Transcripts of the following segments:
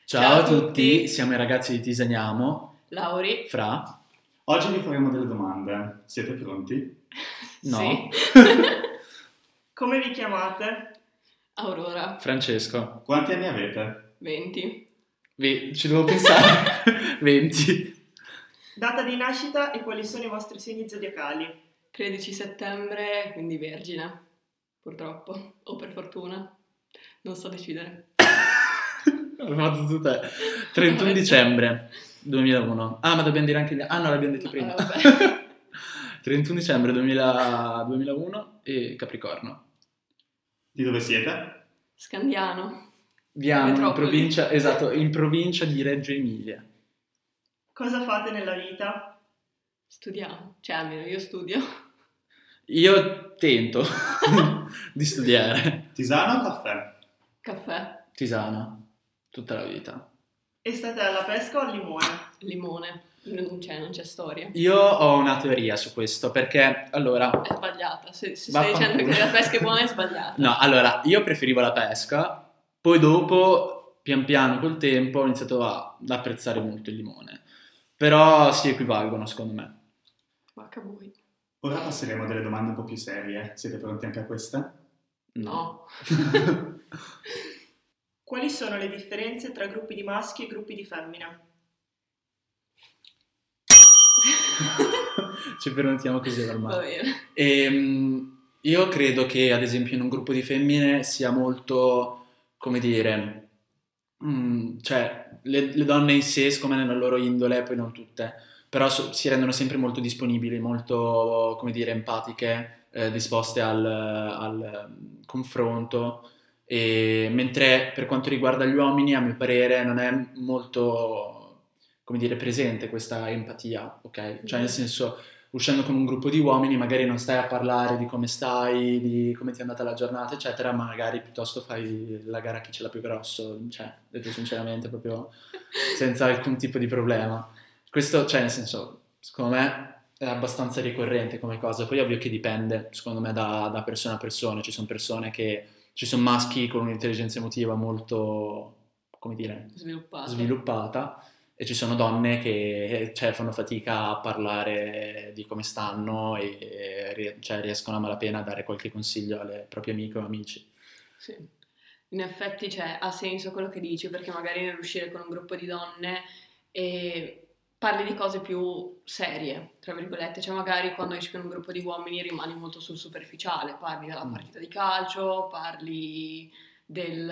Ciao a tutti, siamo i ragazzi di Tisaniamo, Lauri. Fra. Oggi vi faremo delle domande. Siete pronti? No. Sì. Come vi chiamate? Aurora. Francesco. Quanti anni avete? 20. Ci devo pensare. 20. Data di nascita e quali sono i vostri segni zodiacali? 13 settembre, quindi vergine. Purtroppo. O per fortuna. Non so decidere. L'ho fatto tu te. 31 dicembre 2001. Ah, ma dobbiamo dire anche gli... Ah no, l'abbiamo detto prima. Vabbè. 31 dicembre 2001 e Capricorno. Di dove siete? Scandiano. Viamo in Metropoli. provincia, esatto, in provincia di Reggio Emilia. Cosa fate nella vita? Studiamo. Cioè, almeno io studio. Io tento di studiare. Tisana o caffè? Caffè. Tisana, tutta la vita. E state alla pesca o al limone? Limone. Non c'è storia. Io ho una teoria su questo, perché, allora... È sbagliata. Se stai Vaffanculo. dicendo che la pesca è buona è sbagliata. No, allora, io preferivo la pesca, poi dopo, pian piano, col tempo, ho iniziato ad apprezzare molto il limone. Però si equivalgono, secondo me. Vacca voi. Ora passeremo a delle domande un po' più serie. Siete pronti anche a queste? No. Quali sono le differenze tra gruppi di maschi e gruppi di femmine? Ci prontiamo così Va ormai. bene. Io credo che, ad esempio, in un gruppo di femmine sia molto, come dire, cioè, le donne in sé, siccome nella loro indole, poi non tutte, però si rendono sempre molto disponibili, molto, come dire, empatiche, disposte al confronto, e mentre per quanto riguarda gli uomini, a mio parere, non è molto, come dire, presente questa empatia, ok? Cioè, nel senso, uscendo con un gruppo di uomini, magari non stai a parlare di come stai, di come ti è andata la giornata, eccetera, ma magari piuttosto fai la gara a chi ce l'ha più grosso, cioè, detto sinceramente, proprio senza alcun tipo di problema. Questo, cioè, nel senso, secondo me è abbastanza ricorrente come cosa. Poi è ovvio che dipende, secondo me, da persona a persona. Ci sono persone che... Ci sono maschi con un'intelligenza emotiva molto, come dire, sviluppata, e ci sono donne che, cioè, fanno fatica a parlare di come stanno e cioè, riescono a malapena a dare qualche consiglio alle proprie amiche o amici. Sì, in effetti ha senso quello che dici, perché magari nell'uscire con un gruppo di donne parli di cose più serie, tra virgolette, cioè magari quando esci con un gruppo di uomini rimani molto sul superficiale, parli della partita di calcio, parli del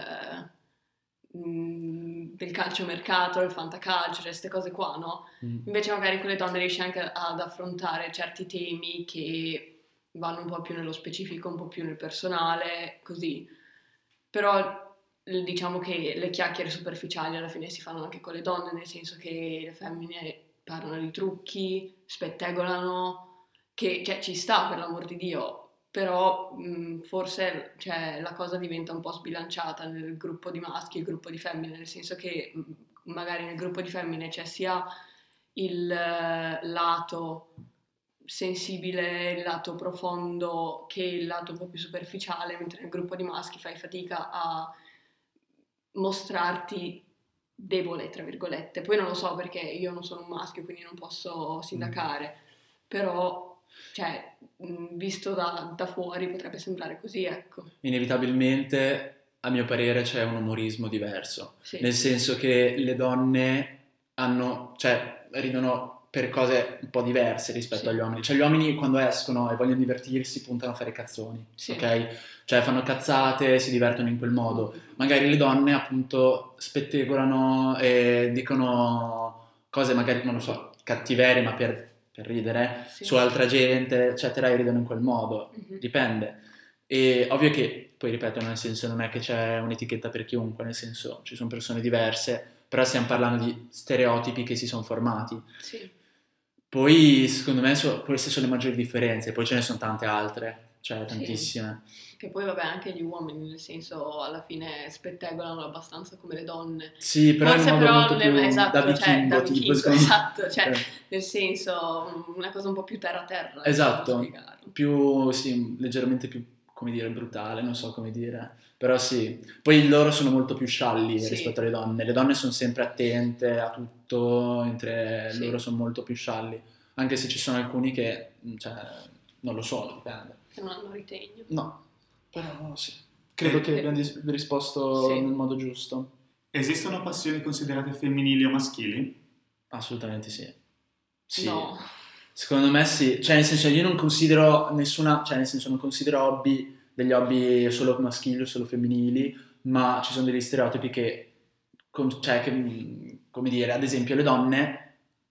calciomercato, del fantacalcio, cioè queste cose qua, no? Invece magari con le donne riesci anche ad affrontare certi temi che vanno un po' più nello specifico, un po' più nel personale, così. Però diciamo che le chiacchiere superficiali alla fine si fanno anche con le donne, nel senso che le femmine parlano di trucchi, spettegolano, che cioè, ci sta, per l'amor di Dio, però forse cioè, la cosa diventa un po' sbilanciata nel gruppo di maschi e il gruppo di femmine, nel senso che magari nel gruppo di femmine c'è sia il lato sensibile, il lato profondo che il lato un po' più superficiale, mentre nel gruppo di maschi fai fatica a mostrarti debole, tra virgolette. Poi non lo so perché io non sono un maschio, quindi non posso sindacare, però cioè, visto da fuori potrebbe sembrare così, ecco. Inevitabilmente, a mio parere, c'è un umorismo diverso, Sì. nel senso che le donne ridono per cose un po' diverse rispetto agli uomini. Cioè gli uomini quando escono e vogliono divertirsi puntano a fare cazzoni, ok? Cioè fanno cazzate, si divertono in quel modo. Magari le donne appunto spettegolano e dicono cose magari, non lo so, cattiverie, ma per ridere, su altra gente, eccetera, e ridono in quel modo. Dipende. E ovvio che, poi ripeto, nel senso non è che c'è un'etichetta per chiunque, nel senso ci sono persone diverse, però stiamo parlando di stereotipi che si sono formati. Sì. Poi secondo me queste sono le maggiori differenze, poi ce ne sono tante altre, cioè tantissime. Che poi vabbè anche gli uomini, nel senso alla fine spettegolano abbastanza come le donne. Sì, però forse in un modo però molto più esatto, da vichingo, tipo, esatto, cioè nel senso una cosa un po' più terra, esatto, più, sì, leggermente più come dire, brutale, non so come dire, però sì. Poi loro sono molto più scialli Sì. rispetto alle donne. Le donne sono sempre attente a tutto, mentre Sì. loro sono molto più scialli, anche se ci sono alcuni che, cioè, non lo sono, dipende. Che non hanno ritegno. No, però sì. Credo che abbiamo risposto Sì. nel modo giusto. Esistono passioni considerate femminili o maschili? Assolutamente sì. Sì. No. Secondo me sì, cioè nel senso io non considero nessuna, cioè nel senso non considero degli hobby solo maschili o solo femminili, ma ci sono degli stereotipi che, cioè che, come dire, ad esempio le donne,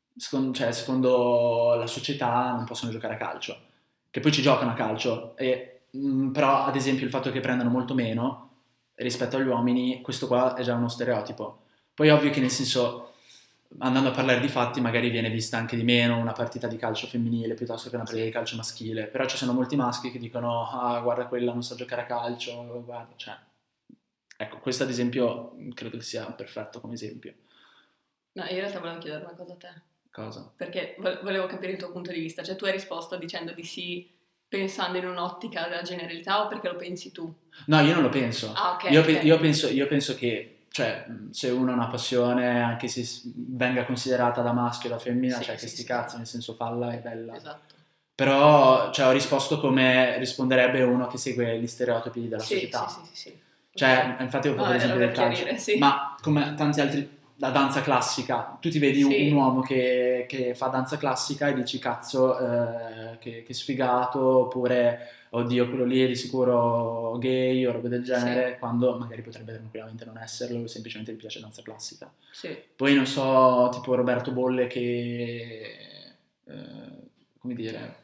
secondo la società non possono giocare a calcio, che poi ci giocano a calcio, però ad esempio il fatto che prendano molto meno rispetto agli uomini, questo qua è già uno stereotipo. Poi è ovvio che nel senso, andando a parlare di fatti, magari viene vista anche di meno una partita di calcio femminile piuttosto che una partita di calcio maschile, però ci sono molti maschi che dicono ah guarda quella non sa giocare a calcio, guarda, cioè ecco, questo ad esempio credo che sia perfetto come esempio. No, io in realtà volevo chiedere una cosa a te. Cosa? Perché volevo capire il tuo punto di vista, cioè tu hai risposto dicendo di sì pensando in un'ottica della generalità o perché lo pensi tu? No, io non lo penso. Ah, ok. Io penso che, cioè, se uno ha una passione, anche se venga considerata da maschio o da femmina, Sì, cioè che sì, sti sì, cazzi, sì. nel senso falla, è bella. Esatto. Però, cioè, ho risposto come risponderebbe uno che segue gli stereotipi della Sì, società. sì. Cioè, infatti ho fatto l'esempio del calcio. Chiarire, sì. Ma come tanti altri, la danza classica, tu ti vedi Sì. un uomo che fa danza classica e dici cazzo, che sfigato, oppure oddio, quello lì è di sicuro gay o robe del genere, quando magari potrebbe tranquillamente non esserlo, o semplicemente gli piace danza classica. Sì. Poi non so, tipo Roberto Bolle che, come dire,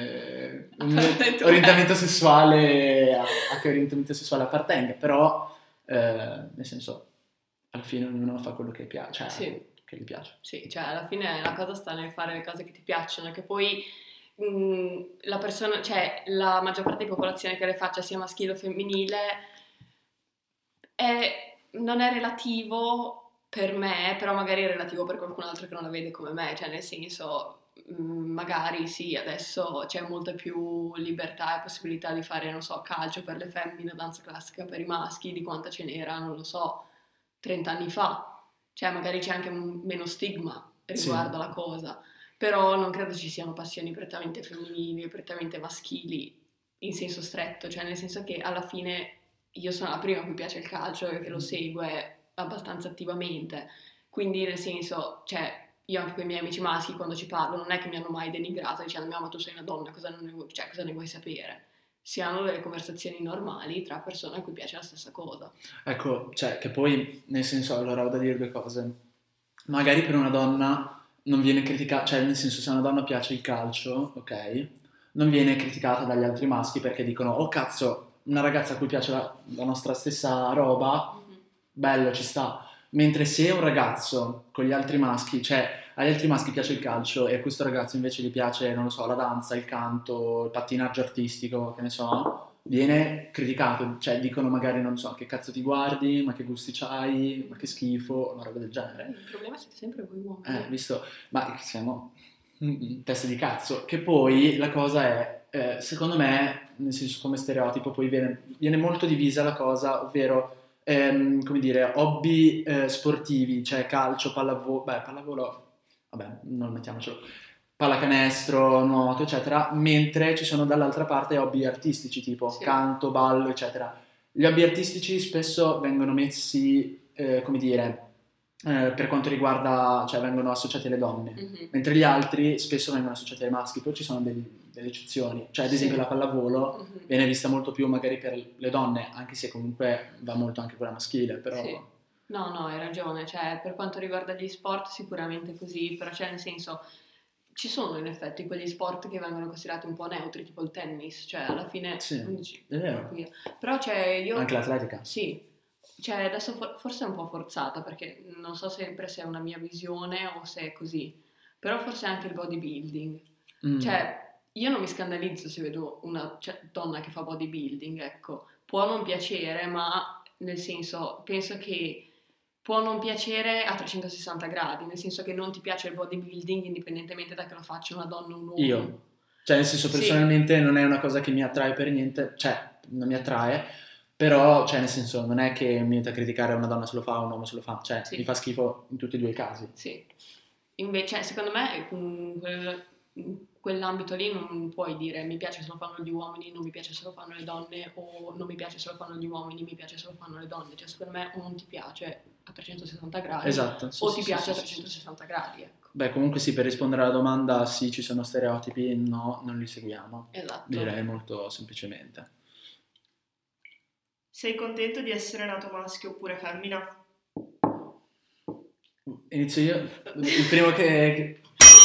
orientamento sessuale, a che orientamento sessuale appartenga, però nel senso, alla fine ognuno fa quello che piace, cioè Sì. che gli piace. Sì, cioè alla fine la cosa sta nel fare le cose che ti piacciono, che poi la persona, cioè la maggior parte di popolazione che le faccia sia maschile o femminile non è relativo per me, però magari è relativo per qualcun altro che non la vede come me, cioè nel senso magari sì, adesso c'è molta più libertà e possibilità di fare, non so, calcio per le femmine, danza classica per i maschi, di quanta ce n'era, non lo so, 30 anni fa, cioè magari c'è anche meno stigma riguardo alla cosa, però non credo ci siano passioni prettamente femminili, prettamente maschili in senso stretto, cioè nel senso che alla fine io sono la prima a cui piace il calcio e che lo segue abbastanza attivamente, quindi nel senso, cioè io anche con i miei amici maschi quando ci parlo non è che mi hanno mai denigrato dicendo ma tu sei una donna, cosa ne vuoi sapere? Si hanno delle conversazioni normali tra persone a cui piace la stessa cosa. Ecco, cioè che poi nel senso, allora ho da dire due cose. Magari per una donna non viene criticata, cioè nel senso se a una donna piace il calcio, ok, non viene criticata dagli altri maschi perché dicono oh cazzo, una ragazza a cui piace la nostra stessa roba, bello, ci sta. Mentre se un ragazzo con gli altri maschi, cioè agli altri maschi piace il calcio e a questo ragazzo invece gli piace, non lo so, la danza, il canto, il pattinaggio artistico, che ne so, viene criticato, cioè dicono magari non so che cazzo ti guardi, ma che gusti c'hai, ma che schifo, una roba del genere. Il problema siete sempre voi uomini. Visto, ma siamo teste di cazzo, che poi la cosa è, secondo me, nel senso come stereotipo, poi viene molto divisa la cosa, ovvero come dire, hobby sportivi, cioè calcio, pallavolo, vabbè, non mettiamocelo, pallacanestro, nuoto, eccetera, mentre ci sono dall'altra parte hobby artistici, tipo canto, ballo, eccetera. Gli hobby artistici spesso vengono messi, come dire, per quanto riguarda, cioè vengono associati alle donne, mentre gli altri spesso vengono associati ai maschi, poi ci sono delle eccezioni, cioè ad esempio la pallavolo viene vista molto più magari per le donne, anche se comunque va molto anche quella maschile, però... Sì. No, hai ragione, cioè per quanto riguarda gli sport sicuramente così, però cioè nel senso ci sono in effetti quegli sport che vengono considerati un po' neutri, tipo il tennis, cioè alla fine... Sì, è vero. Però cioè io... Anche l'atletica. Sì, cioè adesso forse è un po' forzata perché non so sempre se è una mia visione o se è così, però forse anche il bodybuilding, cioè io non mi scandalizzo se vedo una donna che fa bodybuilding, ecco, può non piacere, ma nel senso penso che può non piacere a 360 gradi, nel senso che non ti piace il bodybuilding indipendentemente da che lo faccia una donna o un uomo. Io? Cioè nel senso personalmente non è una cosa che mi attrae per niente, cioè non mi attrae, però, cioè, nel senso, non è che mi viene a criticare una donna se lo fa o un uomo se lo fa, cioè, Sì. mi fa schifo in tutti e due i casi. Sì. Invece, secondo me, in quell'ambito lì non puoi dire mi piace se lo fanno gli uomini, non mi piace se lo fanno le donne, o non mi piace se lo fanno gli uomini, mi piace se lo fanno le donne. Cioè, secondo me, o non ti piace a 360 gradi, Esatto, sì, o sì, ti sì, piace sì, a sì, 360 gradi, ecco. Beh, comunque sì, per rispondere alla domanda, sì, ci sono stereotipi, no, non li seguiamo. Esatto. Direi molto semplicemente. Sei contento di essere nato maschio oppure femmina? Inizio io? Il primo che...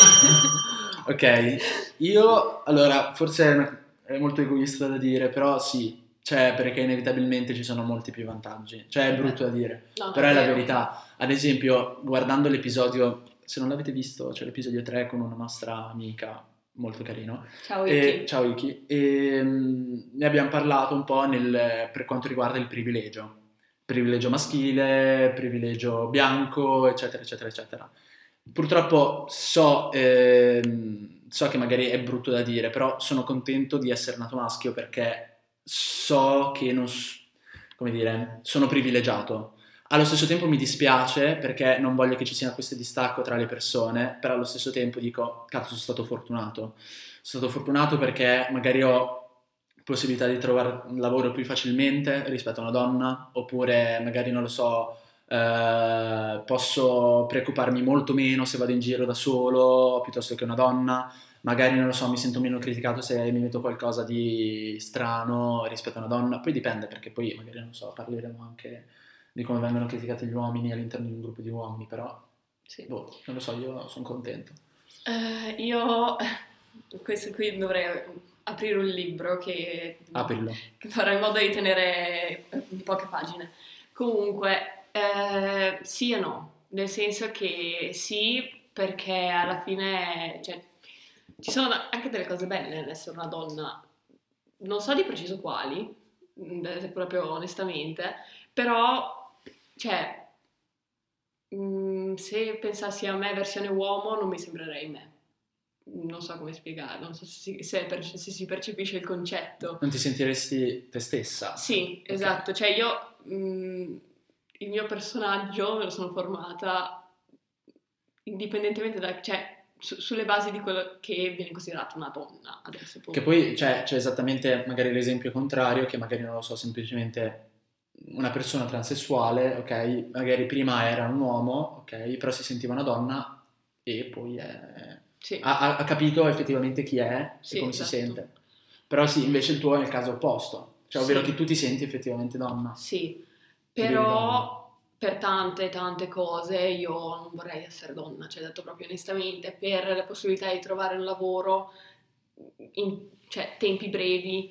Ok, io, allora, forse è molto egoista da dire, però sì, cioè, perché inevitabilmente ci sono molti più vantaggi. Cioè, è brutto da dire, No, però è la vero. verità. Ad esempio, guardando l'episodio, se non l'avete visto, c'è l'episodio 3 con una nostra amica, molto carino. Ciao Iki. Ciao Iki. E ne abbiamo parlato un po' per quanto riguarda il privilegio maschile, privilegio bianco, eccetera, eccetera, eccetera. Purtroppo so che magari è brutto da dire, però sono contento di essere nato maschio perché so che non, come dire, sono privilegiato. Allo stesso tempo mi dispiace perché non voglio che ci sia questo distacco tra le persone, però allo stesso tempo dico, cazzo, sono stato fortunato. Sono stato fortunato perché magari ho possibilità di trovare un lavoro più facilmente rispetto a una donna, oppure magari non lo so, posso preoccuparmi molto meno se vado in giro da solo piuttosto che una donna, magari non lo so, mi sento meno criticato se mi metto qualcosa di strano rispetto a una donna, poi dipende perché poi magari non so, parleremo anche di come vengono criticati gli uomini all'interno di un gruppo di uomini, però Sì. non lo so, io sono contento. Questo qui dovrei aprire un libro che Aprillo. farò in modo di tenere poche pagine. Comunque, sì e no, nel senso che sì, perché alla fine, cioè, ci sono anche delle cose belle nell'essere una donna, non so di preciso quali, proprio onestamente, però, cioè, se pensassi a me versione uomo non mi sembrerei me. Non so come spiegare, non so se si percepisce il concetto. Non ti sentiresti te stessa? Sì, Ok. esatto, cioè io il mio personaggio me lo sono formata indipendentemente cioè sulle basi di quello che viene considerato una donna adesso. Che poi c'è esattamente magari l'esempio contrario, che magari non lo so, semplicemente una persona transessuale, ok, magari prima era un uomo, ok, però si sentiva una donna e poi Sì. ha capito effettivamente chi è Sì, e come esatto. si sente. Però sì, invece il tuo è il caso opposto, cioè ovvero Sì. che tu ti senti effettivamente donna. Sì, Ti vedi donna. però per tante cose io non vorrei essere donna, cioè detto proprio onestamente, per la possibilità di trovare un lavoro in tempi brevi,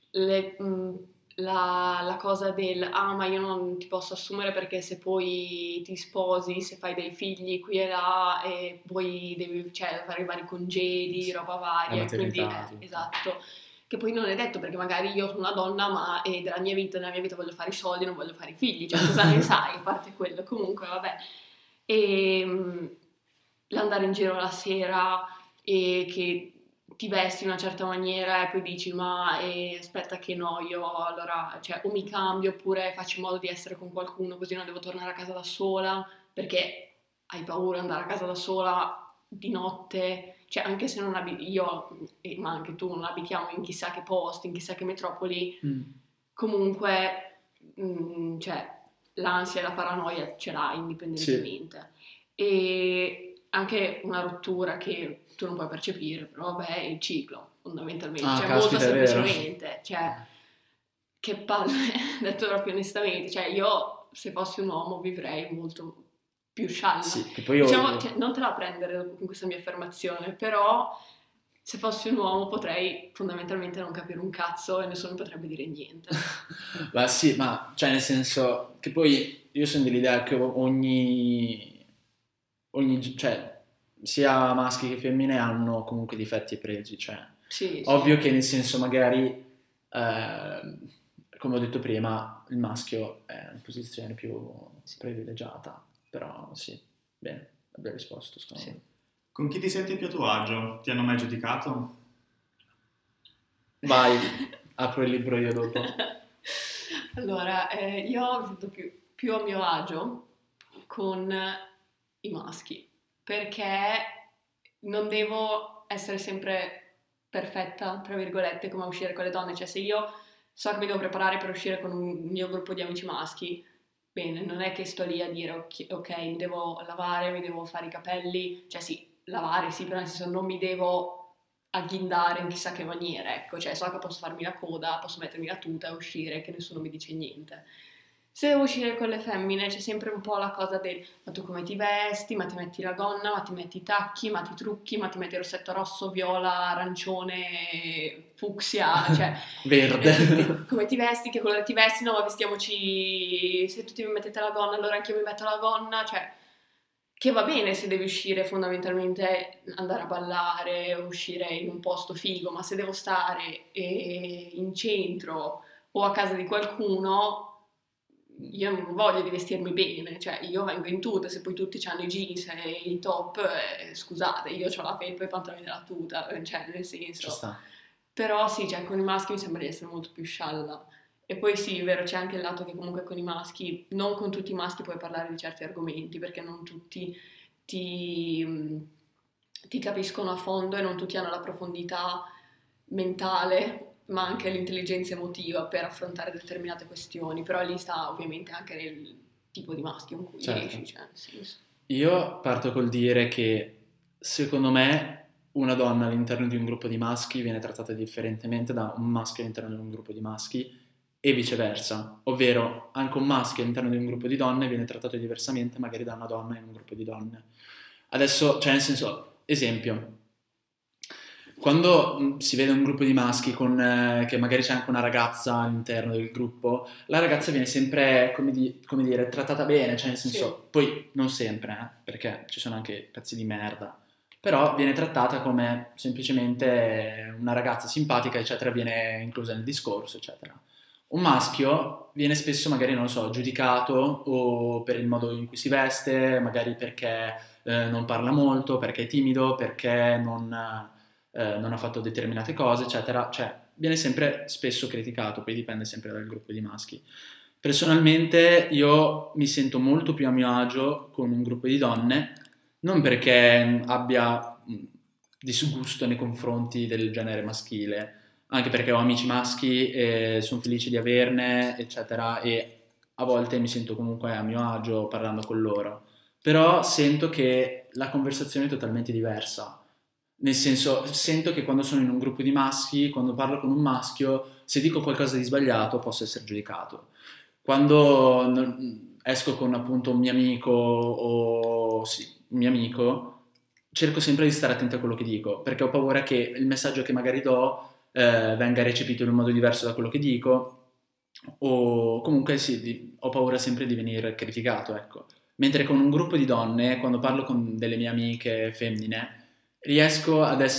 la cosa del ma io non ti posso assumere perché se poi ti sposi, se fai dei figli qui e là e poi devi fare i vari congedi, Sì, roba varia, la quindi maternità, tutto. esatto. Che poi non è detto perché magari io sono una donna ma nella mia vita voglio fare i soldi, non voglio fare i figli, cioè cosa ne sai, a parte quello, comunque vabbè. E l'andare in giro la sera e che ti vesti in una certa maniera e poi dici ma aspetta che no, io allora cioè, o mi cambio oppure faccio in modo di essere con qualcuno così non devo tornare a casa da sola perché hai paura di andare a casa da sola di notte, cioè anche se non abiti io ma anche tu non abitiamo in chissà che posti, in chissà che metropoli, comunque cioè l'ansia e la paranoia ce l'hai indipendentemente. Sì. E anche una rottura che tu non puoi percepire, però vabbè è il ciclo fondamentalmente, cioè caspita, molto semplicemente, cioè che palle, detto proprio onestamente, cioè io se fossi un uomo vivrei molto più scialla, sì, che poi diciamo, cioè, non te la prendere con questa mia affermazione, però se fossi un uomo potrei fondamentalmente non capire un cazzo e nessuno potrebbe dire niente. Ma sì, ma cioè nel senso che poi io sono dell'idea che cioè sia maschi che femmine hanno comunque difetti e pregi, cioè sì, ovvio sì. che nel senso magari come ho detto prima il maschio è in posizione più privilegiata, però sì, bene, abbiamo risposto secondo me. Con chi ti senti più a tuo agio? Ti hanno mai giudicato? Vai. apro il libro io dopo. Allora, io mi sento più a mio agio con i maschi, perché non devo essere sempre perfetta, tra virgolette, come a uscire con le donne. Cioè, se io so che mi devo preparare per uscire con un mio gruppo di amici maschi, bene, non è che sto lì a dire ok, mi devo lavare, mi devo fare i capelli, cioè sì, lavare sì, però nel senso non mi devo agghindare in chissà che maniera, ecco, cioè so che posso farmi la coda, posso mettermi la tuta e uscire, che nessuno mi dice niente. Se devo uscire con le femmine c'è sempre un po' la cosa del ma tu come ti vesti, ma ti metti la gonna, ma ti metti i tacchi, ma ti trucchi, ma ti metti il rossetto rosso, viola, arancione, fucsia, cioè Verde. come ti vesti, che colore ti vesti, no ma vestiamoci, se tutti vi mettete la gonna allora anche io mi metto la gonna, cioè che va bene se devi uscire fondamentalmente andare a ballare, uscire in un posto figo, ma se devo stare in centro o a casa di qualcuno, io non voglio di vestirmi bene, cioè io vengo in tuta, se poi tutti hanno i jeans e i top, scusate, io ho la felpa e i pantaloni della tuta, cioè nel Ci senso. sta. Però sì, cioè con i maschi mi sembra di essere molto più scialla. E poi sì, è vero, c'è anche il lato che comunque con i maschi, non con tutti i maschi puoi parlare di certi argomenti, perché non tutti ti capiscono a fondo e non tutti hanno la profondità mentale, ma anche l'intelligenza emotiva per affrontare determinate questioni. Però lì sta ovviamente anche nel tipo di maschio con cui Certo. esci, cioè nel senso. Io parto col dire che secondo me una donna all'interno di un gruppo di maschi viene trattata differentemente da un maschio all'interno di un gruppo di maschi e viceversa, ovvero anche un maschio all'interno di un gruppo di donne viene trattato diversamente magari da una donna in un gruppo di donne. Adesso, cioè nel senso, esempio, quando si vede un gruppo di maschi che magari c'è anche una ragazza all'interno del gruppo, la ragazza viene sempre, come dire, trattata bene, cioè nel senso, poi non sempre, perché ci sono anche pezzi di merda, però viene trattata come semplicemente una ragazza simpatica, eccetera, viene inclusa nel discorso, eccetera. Un maschio viene spesso magari, non lo so, giudicato o per il modo in cui si veste, magari perché non parla molto, perché è timido, perché non ha fatto determinate cose, eccetera, cioè viene sempre spesso criticato, poi dipende sempre dal gruppo di maschi. Personalmente io mi sento molto più a mio agio con un gruppo di donne, non perché abbia disgusto nei confronti del genere maschile, anche perché ho amici maschi e sono felice di averne, eccetera, e a volte mi sento comunque a mio agio parlando con loro, però sento che la conversazione è totalmente diversa. Nel senso, sento che quando sono in un gruppo di maschi, quando parlo con un maschio, se dico qualcosa di sbagliato posso essere giudicato. Quando esco con appunto un mio amico o sì, un mio amico, cerco sempre di stare attento a quello che dico, perché ho paura che il messaggio che magari do venga recepito in un modo diverso da quello che dico, o comunque sì, ho paura sempre di venire criticato, ecco. Mentre con un gruppo di donne, quando parlo con delle mie amiche femmine, riesco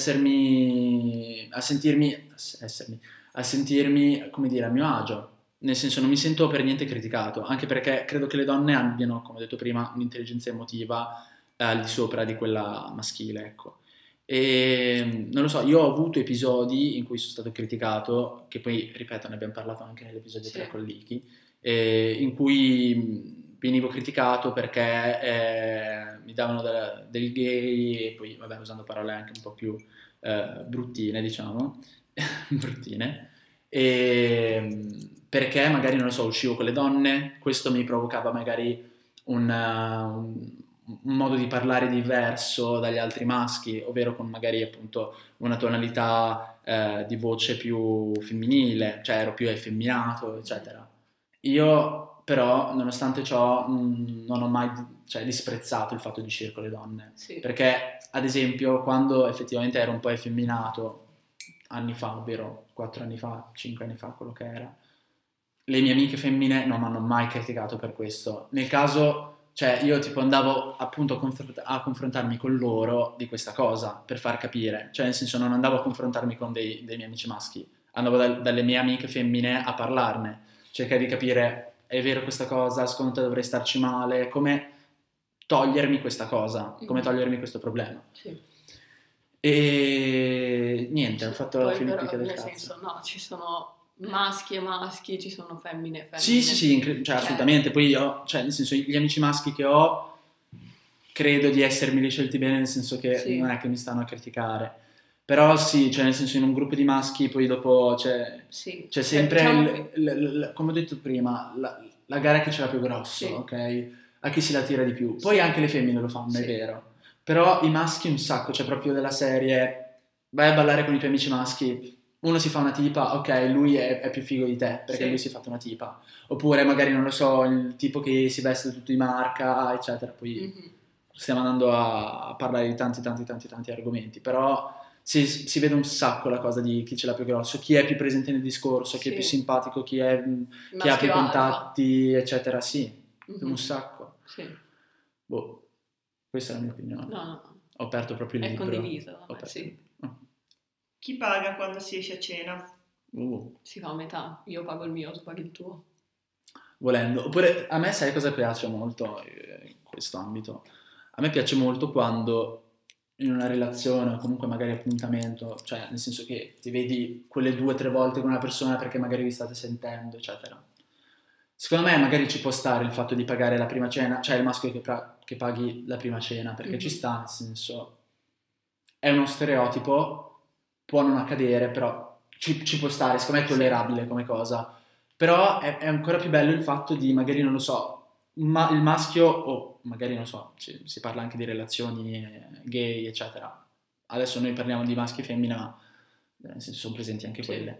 a sentirmi, come dire, a mio agio. Nel senso, non mi sento per niente criticato, anche perché credo che le donne abbiano, come ho detto prima, un'intelligenza emotiva al di sopra di quella maschile, ecco. E non lo so, io ho avuto episodi in cui sono stato criticato, che poi, ripeto, ne abbiamo parlato anche nell'episodio 3 con Liki, in cui venivo criticato perché mi davano del gay, e poi, vabbè, usando parole anche un po' più bruttine, diciamo, bruttine, perché magari, non lo so, uscivo con le donne, questo mi provocava magari un modo di parlare diverso dagli altri maschi, ovvero con magari appunto una tonalità di voce più femminile, cioè ero più effeminato, eccetera. Io però, nonostante ciò, non ho mai disprezzato il fatto di uscire con le donne, perché ad esempio quando effettivamente ero un po' effeminato, anni fa, ovvero 4 anni fa, 5 anni fa, quello che era, le mie amiche femmine non mi hanno mai criticato per questo. Nel caso, cioè io tipo andavo appunto a confrontarmi con loro di questa cosa, per far capire, cioè nel senso non andavo a confrontarmi con dei miei amici maschi, andavo dalle mie amiche femmine a parlarne, cercare di capire, è vero questa cosa, secondo te dovrei starci male, come togliermi questa cosa, come togliermi questo problema. Sì. E niente, ho fatto la poi filippica però, del nel cazzo. senso, no, ci sono maschi e maschi, ci sono femmine e femmine. Sì, cioè assolutamente. Poi io, cioè nel senso, gli amici maschi che ho, credo di essermi scelti bene, nel senso che non è che mi stanno a criticare. Però sì, cioè nel senso in un gruppo di maschi poi dopo c'è sempre, diciamo come ho detto prima, la gara che ce l'ha più grosso, ok? A chi si la tira di più. Poi anche le femmine lo fanno, è vero. Però i maschi un sacco, cioè proprio della serie, vai a ballare con i tuoi amici maschi, uno si fa una tipa, ok, lui è più figo di te, perché lui si è fatto una tipa. Oppure magari, non lo so, il tipo che si veste tutto di marca, eccetera. Poi stiamo andando a parlare di tanti argomenti, però si vede un sacco la cosa di chi ce l'ha più grosso, chi è più presente nel discorso, chi è più simpatico, chi ha più contatti, eccetera. Sì, un sacco. Sì. Boh, questa è la mia opinione. No. Ho aperto proprio il libro. È condiviso, sì. Chi paga quando si esce a cena? Si fa a metà, io pago il mio, tu paghi il tuo. Volendo. Oppure a me sai cosa piace molto in questo ambito? A me piace molto quando in una relazione o comunque magari appuntamento, cioè nel senso che ti vedi quelle 2 o 3 volte con una persona perché magari vi state sentendo, eccetera. Secondo me magari ci può stare il fatto di pagare la prima cena, cioè il maschio che paghi la prima cena, perché ci sta, nel senso è uno stereotipo, può non accadere, però ci può stare, secondo me è tollerabile come cosa. Però è ancora più bello il fatto di magari, non lo so, il maschio, o magari, non so, si parla anche di relazioni gay, eccetera. Adesso noi parliamo di maschi e femmina, ma nel senso sono presenti anche quelle.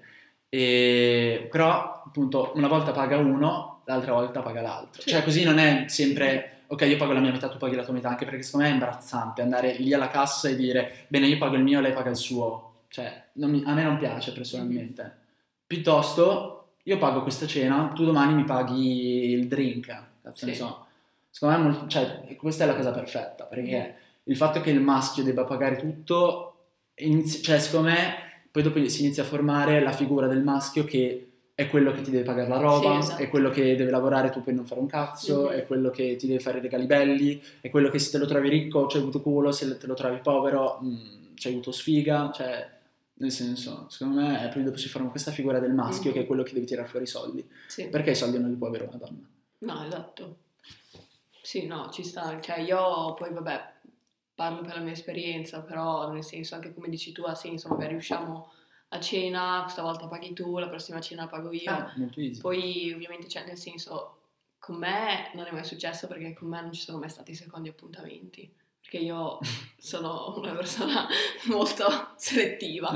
Però, appunto, una volta paga uno, l'altra volta paga l'altro. Cioè, così non è sempre, ok, io pago la mia metà, tu paghi la tua metà, anche perché secondo me è imbarazzante andare lì alla cassa e dire, bene, io pago il mio, lei paga il suo. Cioè, a me non piace personalmente. Piuttosto io pago questa cena, tu domani mi paghi il drink, cazzo ne so. Secondo me è molto, cioè, questa è la cosa perfetta, perché il fatto che il maschio debba pagare tutto, cioè secondo me poi dopo si inizia a formare la figura del maschio che è quello che ti deve pagare la roba, è quello che deve lavorare, tu puoi non fare un cazzo, è quello che ti deve fare i regali belli, è quello che se te lo trovi ricco c'hai avuto culo, se te lo trovi povero c'hai avuto sfiga, cioè... Nel senso, secondo me poi dopo si forma questa figura del maschio che è quello che deve tirare fuori i soldi. Perché i soldi non li può avere una donna? No, esatto. Sì, no, ci sta. Cioè io poi, vabbè, parlo per la mia esperienza, però nel senso, anche come dici tu, ha senso, magari usciamo a cena, questa volta paghi tu, la prossima cena pago io. Molto easy. Poi, ovviamente, cioè, nel senso, con me non è mai successo perché con me non ci sono mai stati secondi appuntamenti. Perché io sono una persona molto selettiva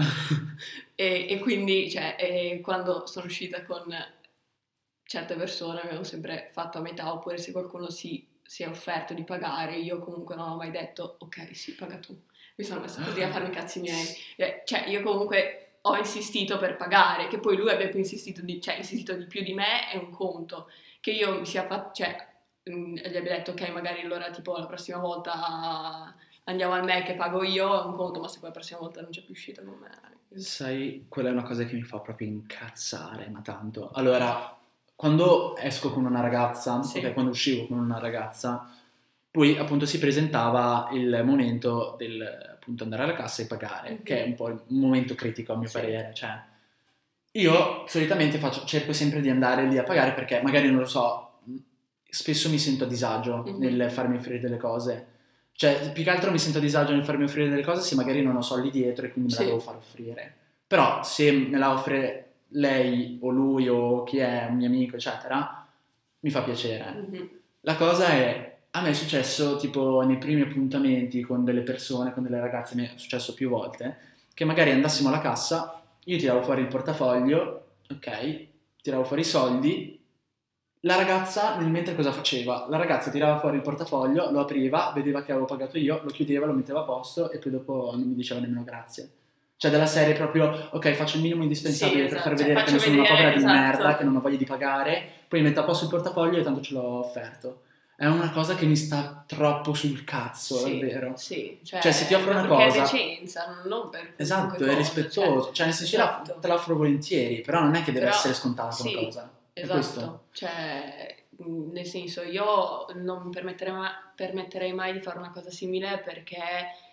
e quindi cioè, quando sono uscita con certe persone mi hanno sempre fatto a metà, oppure se qualcuno si è offerto di pagare, io comunque non ho mai detto ok, sì, paga tu. Mi sono messa così a farmi i cazzi miei. Cioè io comunque ho insistito per pagare, che poi lui abbia più insistito di più di me è un conto. Che io mi sia fatto... Cioè, gli abbia detto ok, magari allora tipo la prossima volta andiamo al Mac e pago io, è un conto, ma se poi la prossima volta non c'è più uscita con me. Sai, quella è una cosa che mi fa proprio incazzare, ma tanto. Allora, quando esco con una ragazza, ok, quando uscivo con una ragazza, poi appunto si presentava il momento del appunto andare alla cassa e pagare, che è un po' un momento critico a mio parere, cioè io solitamente cerco sempre di andare lì a pagare perché magari non lo so, spesso mi sento a disagio nel farmi offrire delle cose, cioè più che altro mi sento a disagio nel farmi offrire delle cose se magari non ho soldi dietro e quindi me la devo far offrire, però se me la offre lei o lui o chi è un mio amico eccetera mi fa piacere. La cosa è, a me è successo tipo nei primi appuntamenti con delle persone, con delle ragazze, mi è successo più volte che magari andassimo alla cassa, io tiravo fuori il portafoglio, ok, tiravo fuori i soldi. La ragazza, nel mentre cosa faceva? La ragazza tirava fuori il portafoglio, lo apriva, vedeva che avevo pagato io, lo chiudeva, lo metteva a posto e poi dopo non mi diceva nemmeno grazie. Cioè della serie proprio, ok, faccio il minimo indispensabile per far vedere che non sono una povera di merda, che non ho voglia di pagare, poi metto a posto il portafoglio e tanto ce l'ho offerto. È una cosa che mi sta troppo sul cazzo, davvero. Sì, cioè se ti offro una cosa... Perché è decenza, non per... Esatto, è rispettoso, cioè nel senso te la offro volentieri, però non è che deve essere scontata una cosa. Esatto, cioè nel senso io non mi permetterei mai di fare una cosa simile perché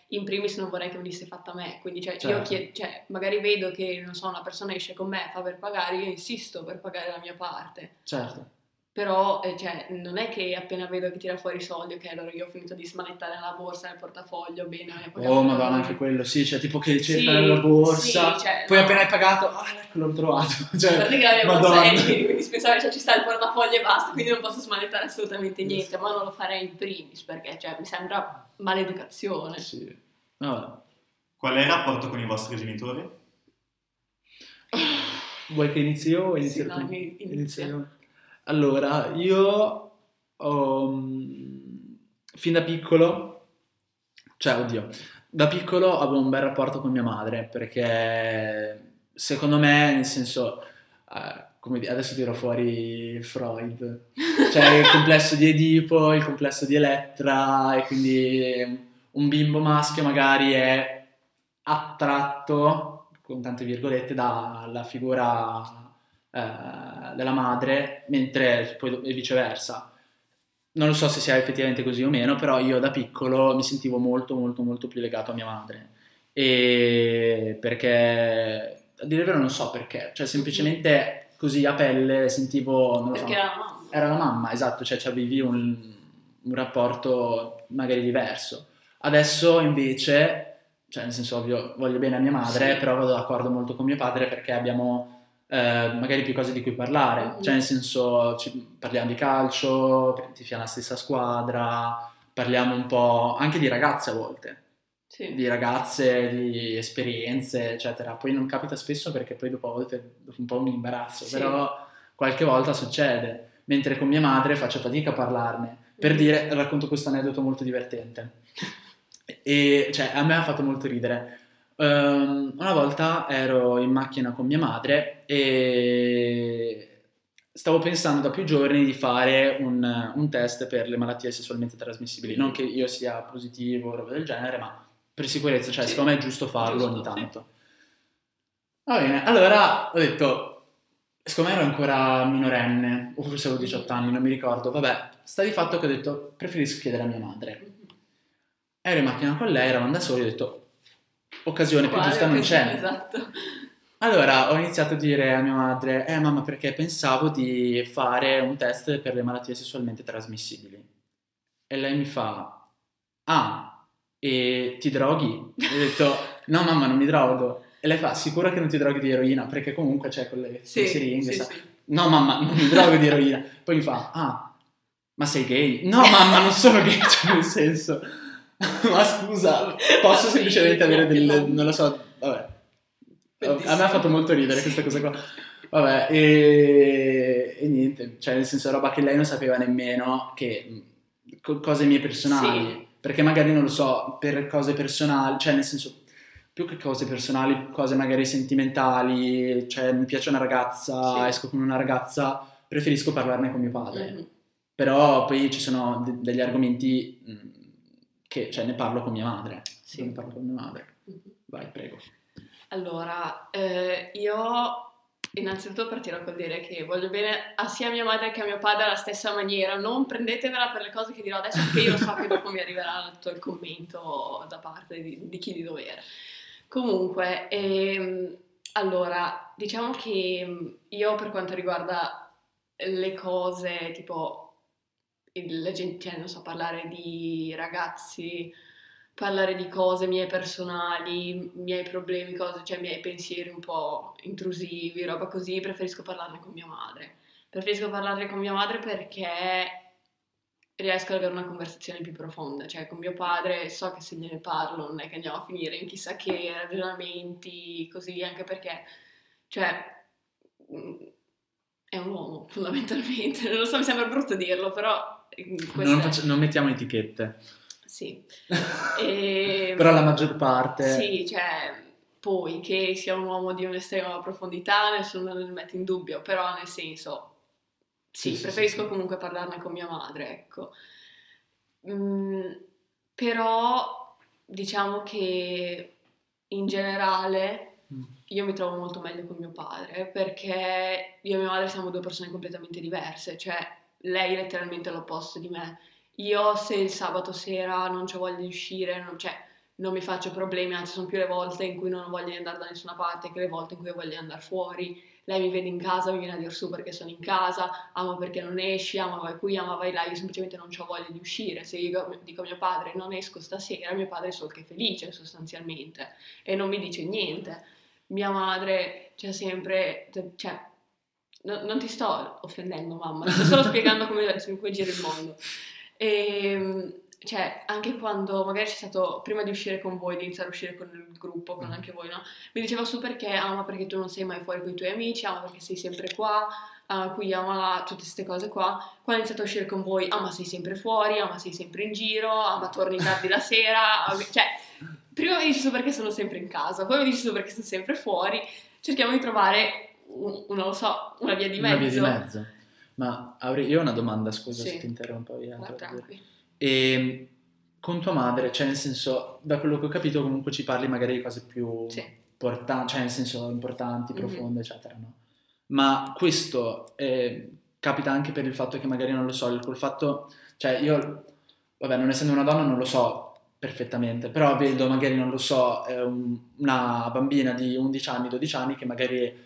in primis non vorrei che venisse fatta a me, quindi cioè, Certo. cioè, magari vedo che, non so, una persona esce con me, fa per pagare, io insisto per pagare la mia parte. Certo. Però cioè, non è che appena vedo che tira fuori i soldi, ok, allora io ho finito di smanettare nella borsa, nel portafoglio, bene, mi ha pagato Oh il madonna, portafoglio. anche quello, sì, cioè tipo che Sì, cerca nella borsa, sì, cioè, poi no. appena hai pagato, ecco l'ho trovato, cioè, A parte che la mia borsa madonna. è indispensabile, cioè ci sta il portafoglio e basta, quindi non posso smanettare assolutamente niente, ma non lo farei in primis, perché cioè, mi sembra maleducazione. Sì. Vabbè. Qual è il rapporto con i vostri genitori? Vuoi che inizi io o Sì, inizi no, tu? inizia. Inizio io. Allora, io fin da piccolo, cioè, oddio, da piccolo avevo un bel rapporto con mia madre, perché secondo me, nel senso, come adesso dirò fuori Freud, cioè il complesso di Edipo, il complesso di Elettra, e quindi un bimbo maschio magari è attratto, con tante virgolette, dalla figura della madre, mentre poi e viceversa. Non lo so se sia effettivamente così o meno, però io da piccolo mi sentivo molto molto molto più legato a mia madre. E perché, a dire il vero non so perché, cioè semplicemente così a pelle sentivo, non lo Perché so, era la mamma. era la mamma, esatto, cioè avevi un rapporto magari diverso. Adesso invece, cioè nel senso ovvio voglio bene a mia madre, Sì. però vado d'accordo molto con mio padre perché abbiamo magari più cose di cui parlare, Mhm. cioè nel senso parliamo di calcio, tifiamo la stessa squadra, parliamo un po' anche di ragazze a volte, Sì. di ragazze, di esperienze, eccetera. Poi non capita spesso perché poi dopo a volte dopo un po' mi imbarazzo, Sì. però qualche volta succede, mentre con mia madre faccio fatica a parlarne. Per Mhm. dire, racconto questo aneddoto molto divertente. E cioè, a me ha fatto molto ridere. Una volta ero in macchina con mia madre e stavo pensando da più giorni di fare un test per le malattie sessualmente trasmissibili. Non che io sia positivo o roba del genere, ma per sicurezza, cioè, Sì. secondo me è giusto farlo Giusto, ogni sì. tanto. Va bene, allora ho detto, secondo me ero ancora minorenne, o forse avevo 18 anni, non mi ricordo. Vabbè, sta di fatto che ho detto, preferisco chiedere a mia madre. Mhm. Ero in macchina con lei, eravamo da soli, ho detto, occasione più Quale giusta non occasione, c'è. esatto. Allora ho iniziato a dire a mia madre, mamma, perché pensavo di fare un test per le malattie sessualmente trasmissibili. E lei mi fa, ah, e ti droghi? E ho detto, no mamma, non mi drogo. E lei fa, sicura che non ti droghi di eroina? Perché comunque c'è con le Sì, siringhe, sì, sa. sì. No mamma, non mi drogo di eroina. Poi mi fa, ah, ma sei gay? No mamma, non sono gay, cioè nel senso... Ma scusa, posso semplicemente avere delle... non lo so, vabbè. A me ha fatto molto ridere questa cosa qua. Vabbè, e niente, cioè nel senso roba che lei non sapeva nemmeno che cose mie personali, Sì. perché magari non lo so, per cose personali, cioè nel senso più che cose personali, cose magari sentimentali, cioè mi piace una ragazza, Sì. esco con una ragazza, preferisco parlarne con mio padre. Mhm. Però poi ci sono degli argomenti che, cioè ne parlo con mia madre. Sì. Ne parlo con mia madre. Mhm. Vai, prego. Allora, io innanzitutto partirò col dire che voglio bene sia a mia madre che a mio padre alla stessa maniera. Non prendetevela per le cose che dirò adesso, perché io lo so che dopo mi arriverà tutto il commento da parte di chi di dovere. Comunque, allora, diciamo che io per quanto riguarda le cose, tipo la gente, cioè, non so, parlare di ragazzi, parlare di cose mie personali, miei problemi, cose, cioè miei pensieri un po' intrusivi, roba così, preferisco parlarne con mia madre. Preferisco parlarne con mia madre perché riesco ad avere una conversazione più profonda, cioè con mio padre so che se gliene parlo non è che andiamo a finire in chissà che ragionamenti, così, anche perché, cioè, è un uomo fondamentalmente, non lo so, mi sembra brutto dirlo, però Non mettiamo etichette. Sì. Però la maggior parte... Sì, cioè, poi che sia un uomo di un'estrema profondità, nessuno ne mette in dubbio, però nel senso, sì, Sì, preferisco sì. comunque parlarne con mia madre, ecco. Però diciamo che in generale io mi trovo molto meglio con mio padre, perché io e mia madre siamo due persone completamente diverse, cioè lei è letteralmente l'opposto di me. Io se il sabato sera non c'ho voglia di uscire, cioè non mi faccio problemi, anzi sono più le volte in cui non ho voglia di andare da nessuna parte che le volte in cui ho voglia di andare fuori. Lei mi vede in casa, mi viene a dire su perché sono in casa, ama perché non esci, ama vai qui, ama vai là, io semplicemente non ho voglia di uscire. Se io dico a mio padre non esco stasera, mio padre so che è felice sostanzialmente e non mi dice niente. Mia madre c'è sempre, cioè, non ti sto offendendo mamma, ti sto solo spiegando come gira il mondo. E cioè, anche quando magari c'è stato, prima di uscire con voi, di iniziare a uscire con il gruppo, con anche voi, no? Mi diceva su perché ama perché tu non sei mai fuori con i tuoi amici, ama perché sei sempre qua, qui ama là, tutte queste cose qua. Quando ho iniziato a uscire con voi, ama sei sempre fuori, ama sei sempre in giro, ama torni tardi la sera, cioè, prima mi dici su perché sono sempre in casa, poi mi dici su perché sono sempre fuori, cerchiamo di trovare, non lo so, una via di mezzo. Una via di mezzo. Ma io ho una domanda, scusa Sì. se ti interrompo. Tranquillo. E con tua madre, cioè nel senso, da quello che ho capito comunque ci parli magari di cose più importanti, cioè nel senso importanti, profonde, eccetera, no? Ma questo capita anche per il fatto che magari non lo so, col fatto, cioè io, vabbè, non essendo una donna non lo so perfettamente, però vedo magari, non lo so, una bambina di 11 anni, 12 anni che magari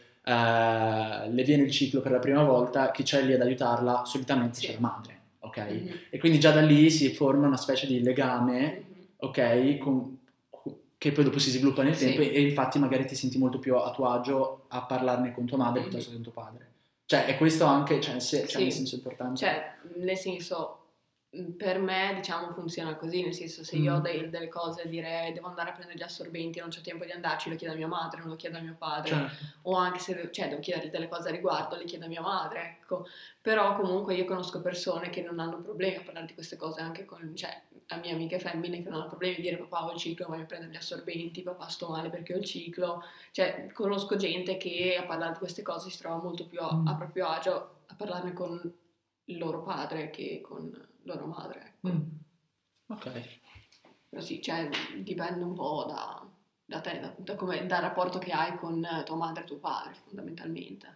le viene il ciclo per la prima volta, chi c'è lì ad aiutarla solitamente c'è la madre, ok? E quindi già da lì si forma una specie di legame, ok? Che poi dopo si sviluppa nel tempo e infatti magari ti senti molto più a tuo agio a parlarne con tua madre piuttosto che con tuo padre. Cioè, è questo anche, cioè, nel senso importante. Cioè, nel senso, per me, diciamo, funziona così, nel senso, se io ho delle cose a dire devo andare a prendere gli assorbenti, non c'ho tempo di andarci, lo chiedo a mia madre, non lo chiedo a mio padre, certo. O anche se devo chiedergli delle cose a riguardo, le chiedo a mia madre, ecco. Però comunque io conosco persone che non hanno problemi a parlare di queste cose, anche con, cioè, a mie amiche femmine che non hanno problemi a dire papà ho il ciclo, voglio prendere gli assorbenti, papà sto male perché ho il ciclo, cioè conosco gente che a parlare di queste cose si trova molto più a proprio agio a parlarne con il loro padre che con loro madre, ecco. Ok. Però sì, cioè dipende un po' da te, dal rapporto che hai con tua madre e tuo padre, fondamentalmente.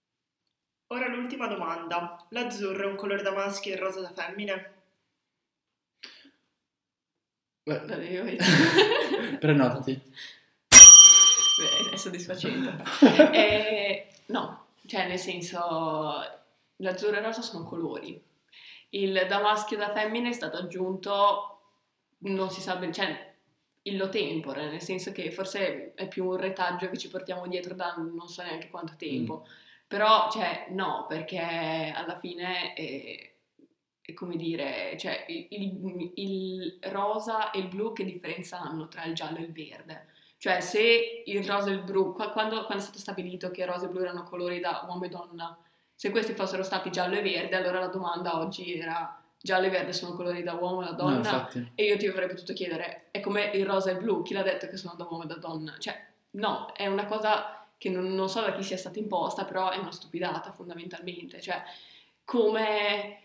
Ora l'ultima domanda. L'azzurro è un colore da maschio e il rosa da femmine? Prenotati. Beh, è soddisfacente. No, cioè nel senso, l'azzurro e il rosa sono colori. Il da maschio e da femmine è stato aggiunto, non si sa bene, cioè illo tempore, nel senso che forse è più un retaggio che ci portiamo dietro da non so neanche quanto tempo. Però, cioè, no, perché alla fine è come dire, cioè il rosa e il blu che differenza hanno tra il giallo e il verde? Cioè se il rosa e il blu, quando è stato stabilito che rosa e blu erano colori da uomo e donna, se questi fossero stati giallo e verde, allora la domanda oggi era giallo e verde sono colori da uomo e da donna? No, e io ti avrei potuto chiedere, è come il rosa e il blu, chi l'ha detto che sono da uomo e da donna? Cioè no, è una cosa che non so da chi sia stata imposta, però è una stupidata fondamentalmente, cioè come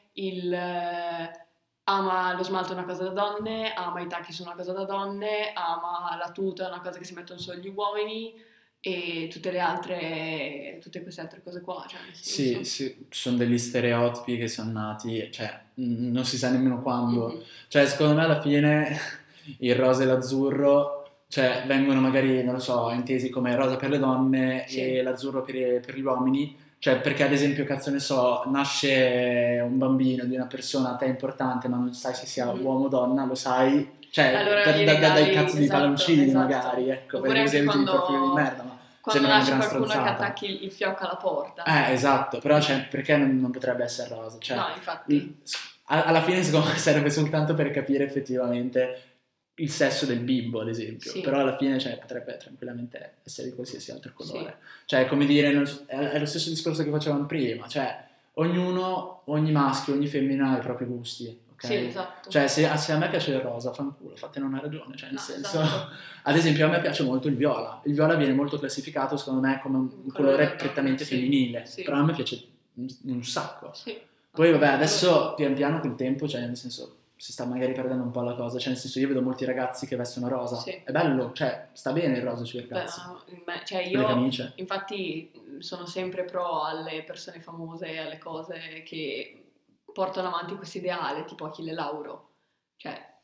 ama lo smalto è una cosa da donne, ama i tacchi sono una cosa da donne, ama la tuta è una cosa che si mettono solo gli uomini e tutte queste altre cose qua, cioè nel senso... Sì, sono degli stereotipi che sono nati, cioè non si sa nemmeno quando, cioè secondo me alla fine il rosa e l'azzurro cioè vengono magari, non lo so, intesi come rosa per le donne e l'azzurro per gli uomini, cioè perché ad esempio, cazzo ne so, nasce un bambino di una persona a te importante ma non sai se sia uomo o donna, lo sai, cioè allora, dai cazzo di palloncini magari, ecco, oppure perché anche quando, di di merda, ma quando nasce qualcuno che attacchi il fiocco alla porta. Esatto, però cioè, perché non potrebbe essere rosa? Cioè, no, infatti. Alla fine secondo me serve soltanto per capire effettivamente il sesso del bimbo, ad esempio, però alla fine cioè, potrebbe tranquillamente essere di qualsiasi altro colore. Cioè, come dire, è lo stesso discorso che facevamo prima, cioè ogni maschio, ogni femmina ha i propri gusti. Sì, esatto. Cioè, se a me piace il rosa, fanculo, fate non ha ragione, cioè nel senso, ad esempio a me piace molto il viola viene molto classificato secondo me come un colore prettamente femminile, però a me piace un sacco. Poi vabbè, adesso pian piano col tempo, cioè nel senso, si sta magari perdendo un po' la cosa, cioè nel senso io vedo molti ragazzi che vestono rosa, è bello, cioè sta bene il rosa sui ragazzi. Cioè io infatti sono sempre pro alle persone famose, alle cose che portano avanti questo ideale, tipo Achille Lauro, cioè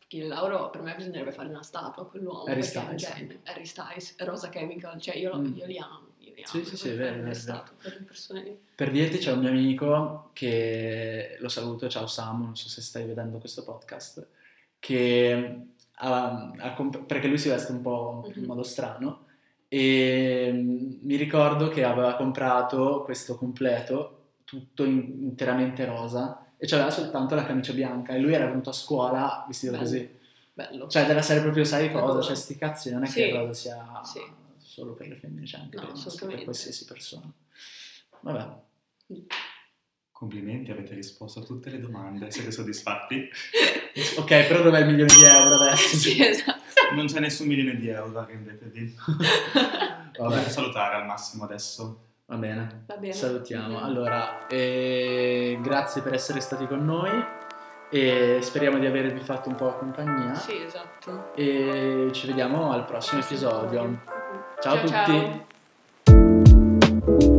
Achille Lauro, per me bisognerebbe fare una statua a quell'uomo. Harry perché è un Styles. genio. Harry Styles, Rosa Chemical, cioè io li amo. Sì, è vero, le è statue per le persone lì. Per dirti, c'è un mio amico che lo saluto, ciao Samu, non so se stai vedendo questo podcast, che perché lui si veste un po' in modo strano, e mi ricordo che aveva comprato questo completo tutto interamente rosa e c'aveva soltanto la camicia bianca e lui era venuto a scuola vestito così. Bello. Cioè della serie proprio, sai cosa? Bello. Cioè sti cazzi, non è che il rosa sia solo per le femmine, c'è anche per qualsiasi persona. Vabbè. Complimenti, avete risposto a tutte le domande, siete soddisfatti? Ok, però dov'è il milione di euro adesso? Sì, esatto. Non c'è nessun milione di euro, arrendetevi. Potete salutare al massimo adesso. Va bene. Va Salutiamo. bene. Allora, grazie per essere stati con noi e speriamo di avervi fatto un po' compagnia. Sì, esatto. E ci vediamo al prossimo episodio. Ciao a tutti. Ciao.